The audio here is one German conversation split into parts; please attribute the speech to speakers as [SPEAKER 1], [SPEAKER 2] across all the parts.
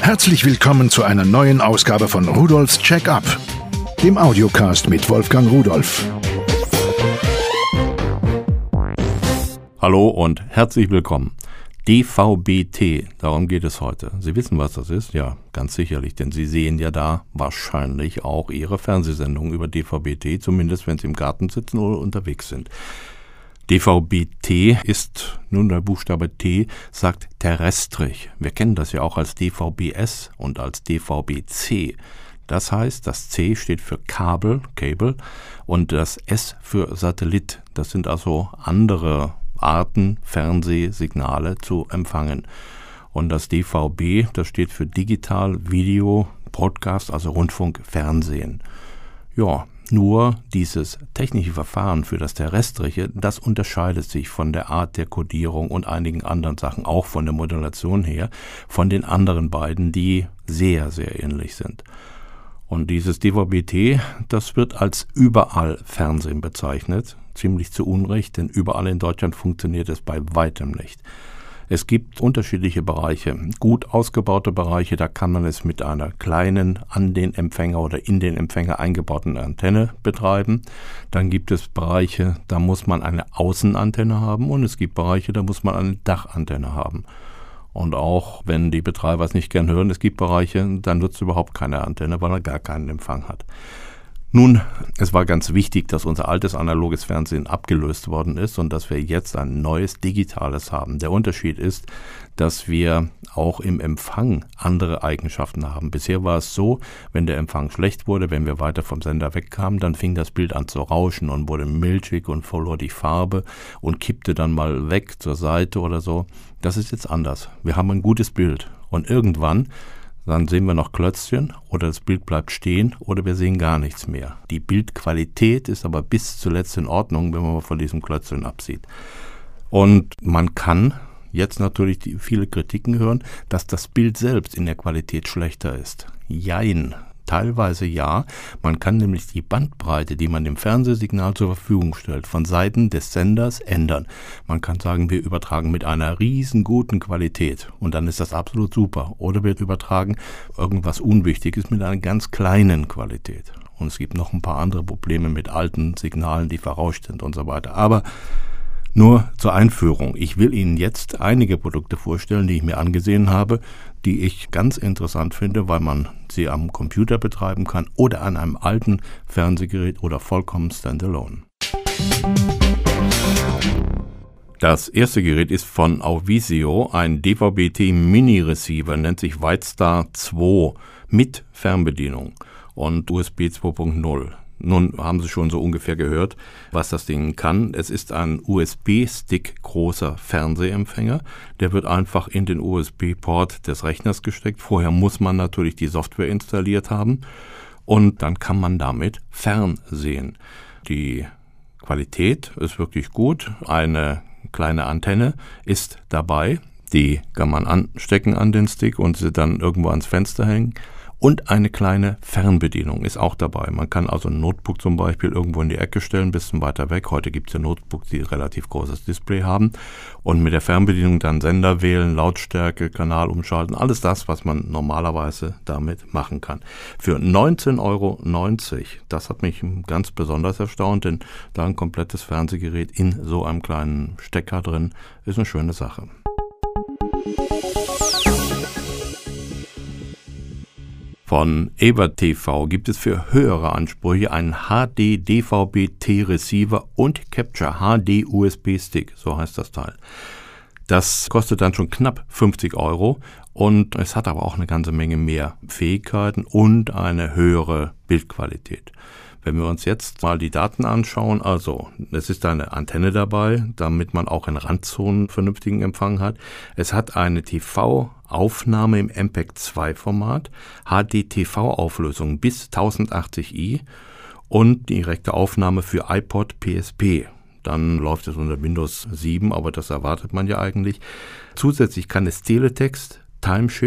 [SPEAKER 1] Herzlich willkommen zu einer neuen Ausgabe von Rudolfs Check-up, dem Audiocast mit Wolfgang Rudolf.
[SPEAKER 2] Hallo und herzlich willkommen. DVB-T, darum geht es heute. Sie wissen, was das ist? Ja, ganz sicherlich, denn Sie sehen ja da wahrscheinlich auch Ihre Fernsehsendung über DVB-T, zumindest wenn Sie im Garten sitzen oder unterwegs sind. DVB-T ist, nun der Buchstabe T, sagt terrestrisch. Wir kennen das ja auch als DVB-S und als DVB-C. Das heißt, das C steht für Kabel, Cable, und das S für Satellit. Das sind also andere Arten, Fernsehsignale zu empfangen. Und das DVB, das steht für Digital Video Broadcast, also Rundfunk, Fernsehen. Ja, nur dieses technische Verfahren für das Terrestrische, das unterscheidet sich von der Art der Kodierung und einigen anderen Sachen, auch von der Modulation her, von den anderen beiden, die sehr, sehr ähnlich sind. Und dieses DVB-T, das wird als Überall-Fernsehen bezeichnet. Ziemlich zu Unrecht, denn überall in Deutschland funktioniert es bei weitem nicht. Es gibt unterschiedliche Bereiche, gut ausgebaute Bereiche, da kann man es mit einer kleinen an den Empfänger oder in den Empfänger eingebauten Antenne betreiben. Dann gibt es Bereiche, da muss man eine Außenantenne haben, und es gibt Bereiche, da muss man eine Dachantenne haben. Und auch wenn die Betreiber es nicht gern hören, es gibt Bereiche, da nutzt überhaupt keine Antenne, weil er gar keinen Empfang hat. Nun, es war ganz wichtig, dass unser altes analoges Fernsehen abgelöst worden ist und dass wir jetzt ein neues digitales haben. Der Unterschied ist, dass wir auch im Empfang andere Eigenschaften haben. Bisher war es so, wenn der Empfang schlecht wurde, wenn wir weiter vom Sender wegkamen, dann fing das Bild an zu rauschen und wurde milchig und verlor die Farbe und kippte dann mal weg zur Seite oder so. Das ist jetzt anders. Wir haben ein gutes Bild und irgendwann dann sehen wir noch Klötzchen oder das Bild bleibt stehen oder wir sehen gar nichts mehr. Die Bildqualität ist aber bis zuletzt in Ordnung, wenn man mal von diesem Klötzchen absieht. Und man kann jetzt natürlich viele Kritiken hören, dass das Bild selbst in der Qualität schlechter ist. Jein. Teilweise ja, man kann nämlich die Bandbreite, die man dem Fernsehsignal zur Verfügung stellt, von Seiten des Senders ändern. Man kann sagen, wir übertragen mit einer riesenguten Qualität und dann ist das absolut super. Oder wir übertragen irgendwas Unwichtiges mit einer ganz kleinen Qualität. Und es gibt noch ein paar andere Probleme mit alten Signalen, die verrauscht sind und so weiter. Aber nur zur Einführung. Ich will Ihnen jetzt einige Produkte vorstellen, die ich mir angesehen habe, die ich ganz interessant finde, weil man sie am Computer betreiben kann oder an einem alten Fernsehgerät oder vollkommen standalone. Das erste Gerät ist von Auvisio, ein DVB-T Mini-Receiver, nennt sich Whitestar 2 mit Fernbedienung und USB 2.0. Nun haben Sie schon so ungefähr gehört, was das Ding kann. Es ist ein USB-Stick großer Fernsehempfänger. Der wird einfach in den USB-Port des Rechners gesteckt. Vorher muss man natürlich die Software installiert haben und dann kann man damit fernsehen. Die Qualität ist wirklich gut. Eine kleine Antenne ist dabei. Die kann man anstecken an den Stick und sie dann irgendwo ans Fenster hängen. Und eine kleine Fernbedienung ist auch dabei. Man kann also ein Notebook zum Beispiel irgendwo in die Ecke stellen, ein bisschen weiter weg. Heute gibt es ja Notebooks, die ein relativ großes Display haben. Und mit der Fernbedienung dann Sender wählen, Lautstärke, Kanal umschalten. Alles das, was man normalerweise damit machen kann. Für 19,90 €, das hat mich ganz besonders erstaunt, denn da ein komplettes Fernsehgerät in so einem kleinen Stecker drin ist eine schöne Sache. Von Ebert TV gibt es für höhere Ansprüche einen HD-DVB-T-Receiver und Capture HD USB-Stick, so heißt das Teil. Das kostet dann schon knapp 50 € und es hat aber auch eine ganze Menge mehr Fähigkeiten und eine höhere Bildqualität. Wenn wir uns jetzt mal die Daten anschauen, also es ist eine Antenne dabei, damit man auch in Randzonen vernünftigen Empfang hat. Es hat eine TV-Aufnahme im MPEG-2-Format, HD-TV-Auflösung bis 1080i und direkte Aufnahme für iPod PSP. Dann läuft es unter Windows 7, aber das erwartet man ja eigentlich. Zusätzlich kann es Teletext, Timeshift,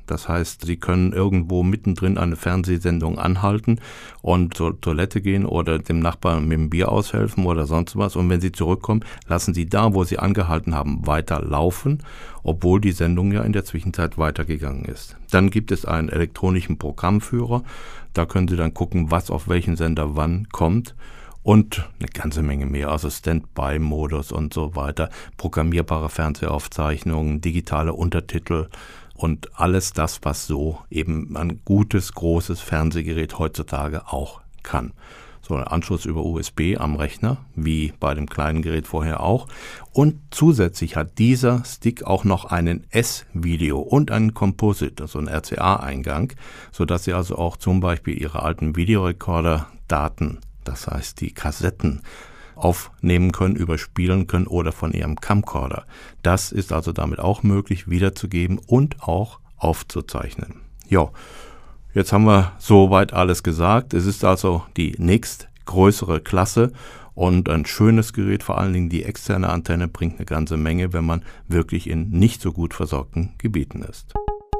[SPEAKER 2] Das heißt, Sie können irgendwo mittendrin eine Fernsehsendung anhalten und zur Toilette gehen oder dem Nachbarn mit dem Bier aushelfen oder sonst was. Und wenn Sie zurückkommen, lassen Sie da, wo Sie angehalten haben, weiterlaufen, obwohl die Sendung ja in der Zwischenzeit weitergegangen ist. Dann gibt es einen elektronischen Programmführer. Da können Sie dann gucken, was auf welchen Sender wann kommt. Und eine ganze Menge mehr, also Standby-Modus und so weiter, programmierbare Fernsehaufzeichnungen, digitale Untertitel und alles das, was so eben ein gutes, großes Fernsehgerät heutzutage auch kann. So ein Anschluss über USB am Rechner, wie bei dem kleinen Gerät vorher auch. Und zusätzlich hat dieser Stick auch noch einen S-Video und einen Composite, also einen RCA-Eingang, sodass Sie also auch zum Beispiel Ihre alten Videorekorder-Daten, das heißt die Kassetten, aufnehmen können, überspielen können oder von Ihrem Camcorder. Das ist also damit auch möglich wiederzugeben und auch aufzuzeichnen. Ja, jetzt haben wir soweit alles gesagt. Es ist also die nächstgrößere Klasse und ein schönes Gerät, vor allen Dingen die externe Antenne bringt eine ganze Menge, wenn man wirklich in nicht so gut versorgten Gebieten ist.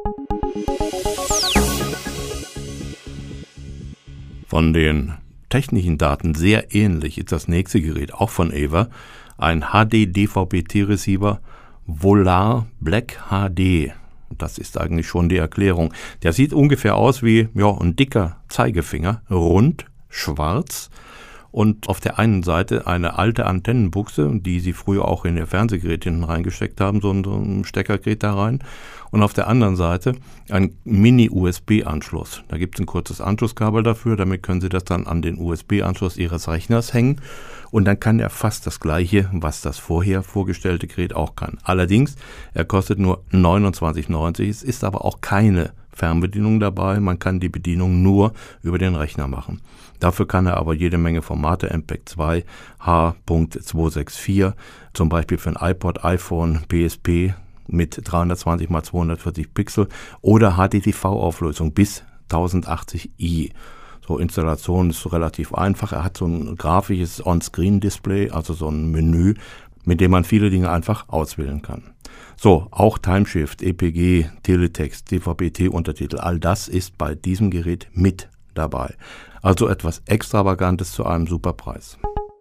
[SPEAKER 2] Von den technischen Daten sehr ähnlich ist das nächste Gerät, auch von Ever, ein HD-DVB-T-Receiver Volar Black HD. Das ist eigentlich schon die Erklärung. Der sieht ungefähr aus wie ein dicker Zeigefinger, rund, schwarz und auf der einen Seite eine alte Antennenbuchse, die Sie früher auch in Ihr Fernsehgerät hinten reingesteckt haben, so ein Steckergerät da rein. Und auf der anderen Seite ein Mini-USB-Anschluss. Da gibt es ein kurzes Anschlusskabel dafür, damit können Sie das dann an den USB-Anschluss Ihres Rechners hängen. Und dann kann er fast das Gleiche, was das vorher vorgestellte Gerät auch kann. Allerdings, er kostet nur 29,90. Es ist aber auch keine Fernbedienung dabei. Man kann die Bedienung nur über den Rechner machen. Dafür kann er aber jede Menge Formate, MPEG 2, H.264, zum Beispiel für ein iPod, iPhone, PSP, mit 320 x 240 Pixel oder HDTV-Auflösung bis 1080i. So, Installation ist relativ einfach. Er hat so ein grafisches On-Screen-Display, also so ein Menü, mit dem man viele Dinge einfach auswählen kann. So, auch Timeshift, EPG, Teletext, DVB-T-Untertitel, all das ist bei diesem Gerät mit dabei. Also etwas Extravagantes zu einem super Preis.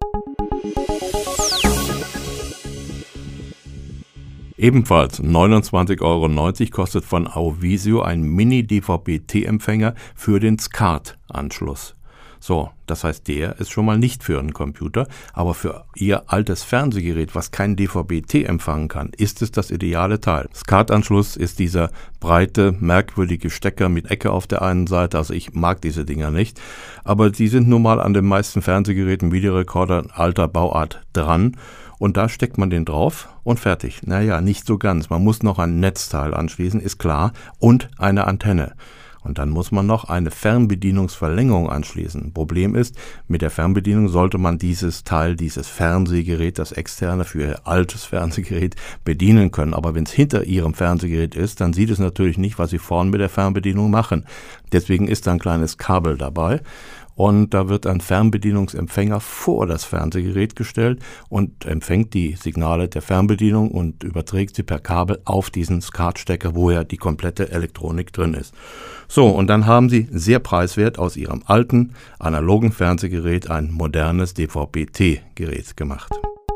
[SPEAKER 2] Ebenfalls 29,90 € kostet von Auvisio ein Mini-DVB-T-Empfänger für den SCART-Anschluss. So, das heißt, der ist schon mal nicht für einen Computer, aber für Ihr altes Fernsehgerät, was kein DVB-T empfangen kann, ist es das ideale Teil. SCART-Anschluss ist dieser breite, merkwürdige Stecker mit Ecke auf der einen Seite, also ich mag diese Dinger nicht, aber die sind nun mal an den meisten Fernsehgeräten, Videorekordern alter Bauart dran. Und da steckt man den drauf und fertig. Naja, nicht so ganz. Man muss noch ein Netzteil anschließen, ist klar, und eine Antenne. Und dann muss man noch eine Fernbedienungsverlängerung anschließen. Problem ist, mit der Fernbedienung sollte man dieses Teil, dieses Fernsehgerät, das externe für Ihr altes Fernsehgerät bedienen können. Aber wenn es hinter Ihrem Fernsehgerät ist, dann sieht es natürlich nicht, was Sie vorne mit der Fernbedienung machen. Deswegen ist da ein kleines Kabel dabei. Und da wird ein Fernbedienungsempfänger vor das Fernsehgerät gestellt und empfängt die Signale der Fernbedienung und überträgt sie per Kabel auf diesen SCART-Stecker, wo ja die komplette Elektronik drin ist. So, und dann haben Sie sehr preiswert aus Ihrem alten, analogen Fernsehgerät ein modernes DVB-T-Gerät gemacht.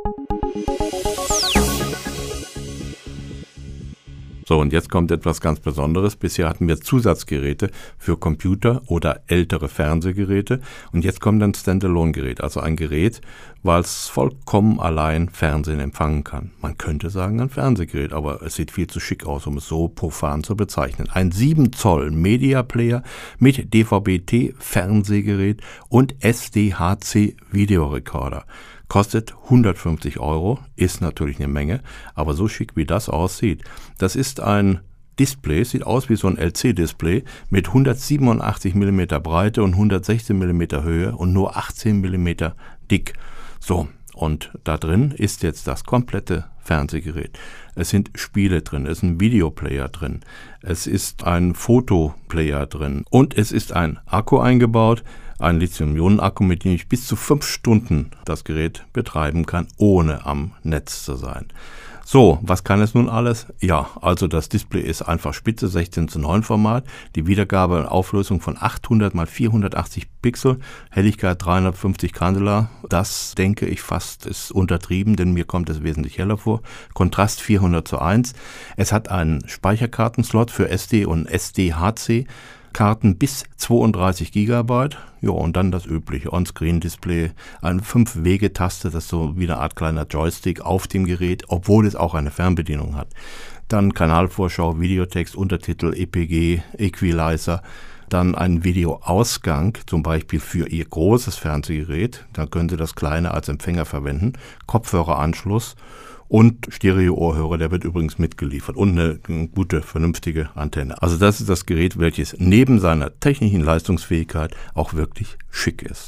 [SPEAKER 2] So, und jetzt kommt etwas ganz Besonderes. Bisher hatten wir Zusatzgeräte für Computer oder ältere Fernsehgeräte. Und jetzt kommt ein Standalone-Gerät, also ein Gerät, was vollkommen allein Fernsehen empfangen kann. Man könnte sagen ein Fernsehgerät, aber es sieht viel zu schick aus, um es so profan zu bezeichnen. Ein 7 Zoll Media Player mit DVB-T-Fernsehgerät und SDHC Videorekorder. Kostet 150 €, ist natürlich eine Menge, aber so schick wie das aussieht. Das ist ein Display, sieht aus wie so ein LC-Display mit 187 mm Breite und 116 mm Höhe und nur 18 mm dick. So, und da drin ist jetzt das komplette Fernsehgerät. Es sind Spiele drin, es ist ein Videoplayer drin, es ist ein Fotoplayer drin und es ist ein Akku eingebaut, ein Lithium-Ionen-Akku, mit dem ich bis zu 5 Stunden das Gerät betreiben kann, ohne am Netz zu sein. So, was kann es nun alles? Ja, also das Display ist einfach spitze, 16:9 Format, die Wiedergabe und Auflösung von 800 x 480 Pixel, Helligkeit 350 Candela, das denke ich fast ist untertrieben, denn mir kommt es wesentlich heller vor, Kontrast 400:1, es hat einen Speicherkartenslot für SD und SD-HC, Karten bis 32 GB, ja, und dann das übliche On-Screen-Display, eine 5-Wege-Taste, das ist so wie eine Art kleiner Joystick auf dem Gerät, obwohl es auch eine Fernbedienung hat. Dann Kanalvorschau, Videotext, Untertitel, EPG, Equalizer, dann ein Videoausgang, zum Beispiel für Ihr großes Fernsehgerät, da können Sie das kleine als Empfänger verwenden, Kopfhöreranschluss, und Stereo-Ohrhörer, der wird übrigens mitgeliefert und eine gute, vernünftige Antenne. Also das ist das Gerät, welches neben seiner technischen Leistungsfähigkeit auch wirklich schick ist.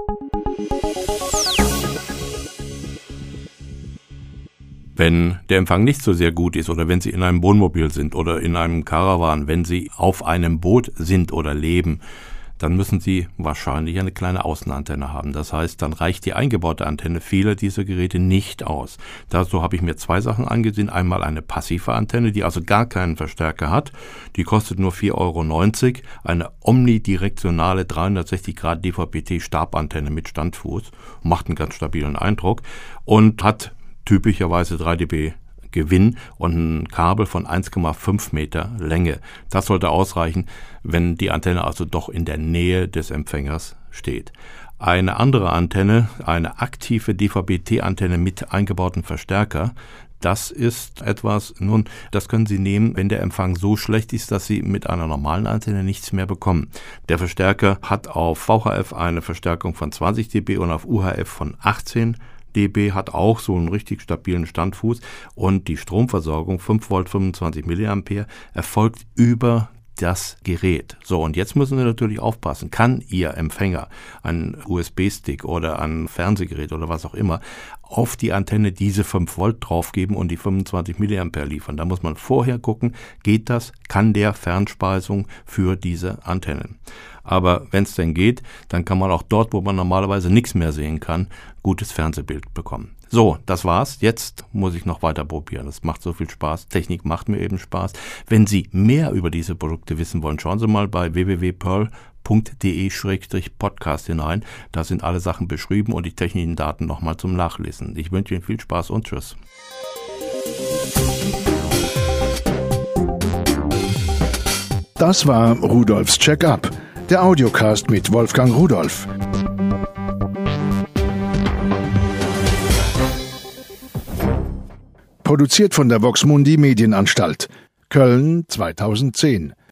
[SPEAKER 2] Wenn der Empfang nicht so sehr gut ist oder wenn Sie in einem Wohnmobil sind oder in einem Caravan, wenn Sie auf einem Boot sind oder leben, dann müssen Sie wahrscheinlich eine kleine Außenantenne haben. Das heißt, dann reicht die eingebaute Antenne vieler dieser Geräte nicht aus. Dazu habe ich mir 2 Sachen angesehen. Einmal eine passive Antenne, die also gar keinen Verstärker hat. Die kostet nur 4,90 €. Eine omnidirektionale 360° DVB-T-Stabantenne mit Standfuß. Macht einen ganz stabilen Eindruck und hat typischerweise 3 dB Gewinn und ein Kabel von 1,5 Meter Länge. Das sollte ausreichen, wenn die Antenne also doch in der Nähe des Empfängers steht. Eine andere Antenne, eine aktive DVB-T-Antenne mit eingebautem Verstärker, das ist etwas, nun, das können Sie nehmen, wenn der Empfang so schlecht ist, dass Sie mit einer normalen Antenne nichts mehr bekommen. Der Verstärker hat auf VHF eine Verstärkung von 20 dB und auf UHF von 18 dB, hat auch so einen richtig stabilen Standfuß und die Stromversorgung 5 Volt 25 mA erfolgt über das Gerät. So, und jetzt müssen Sie natürlich aufpassen, kann Ihr Empfänger, ein USB-Stick oder ein Fernsehgerät oder was auch immer, auf die Antenne diese 5 Volt draufgeben und die 25 mA liefern. Da muss man vorher gucken, geht das, kann der Fernspeisung für diese Antennen. Aber wenn es denn geht, dann kann man auch dort, wo man normalerweise nichts mehr sehen kann, gutes Fernsehbild bekommen. So, das war's. Jetzt muss ich noch weiter probieren. Das macht so viel Spaß. Technik macht mir eben Spaß. Wenn Sie mehr über diese Produkte wissen wollen, schauen Sie mal bei www.pearl.de/podcast hinein. Da sind alle Sachen beschrieben und die technischen Daten nochmal zum Nachlesen. Ich wünsche Ihnen viel Spaß und tschüss.
[SPEAKER 1] Das war Rudolfs Check-up, der Audiocast mit Wolfgang Rudolf. Produziert von der Vox Mundi Medienanstalt, Köln 2010.